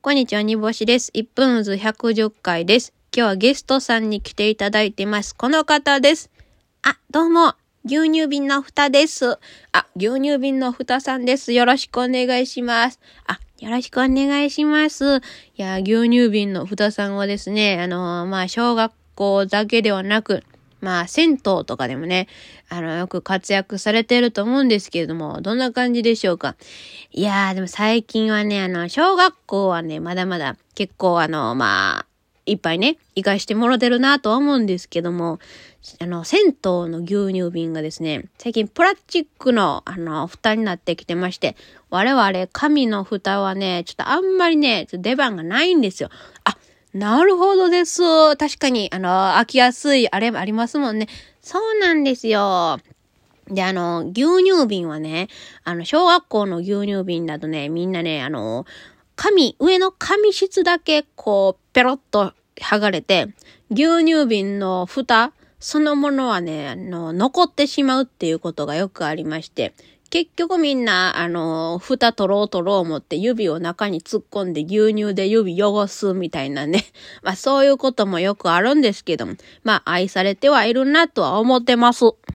こんにちは、煮干しです。1分ず110回です。今日はゲストさんに来ていただいてます。この方です。どうも、牛乳瓶の蓋です。牛乳瓶の蓋さんです。よろしくお願いします。よろしくお願いします。いや、牛乳瓶の蓋さんはですね、小学校だけではなく、銭湯とかでもね、よく活躍されていると思うんですけれども、どんな感じでしょうか。いやー、でも最近はね、小学校はね、まだまだ結構いっぱいね、活かしてもらってるなとは思うんですけども、銭湯の牛乳瓶がですね、最近プラスチックの、蓋になってきてまして、我々、紙の蓋はね、ちょっとあんまりね、出番がないんですよ。なるほどです。確かに、開きやすい、ありますもんね。そうなんですよ。で、牛乳瓶はね、小学校の牛乳瓶だとね、みんなね、上の紙質だけ、こう、ペロッと剥がれて、牛乳瓶の蓋、そのものはね、残ってしまうっていうことがよくありまして、結局みんな、蓋取ろう思って指を中に突っ込んで牛乳で指汚すみたいなね。そういうこともよくあるんですけども、愛されてはいるなとは思ってます。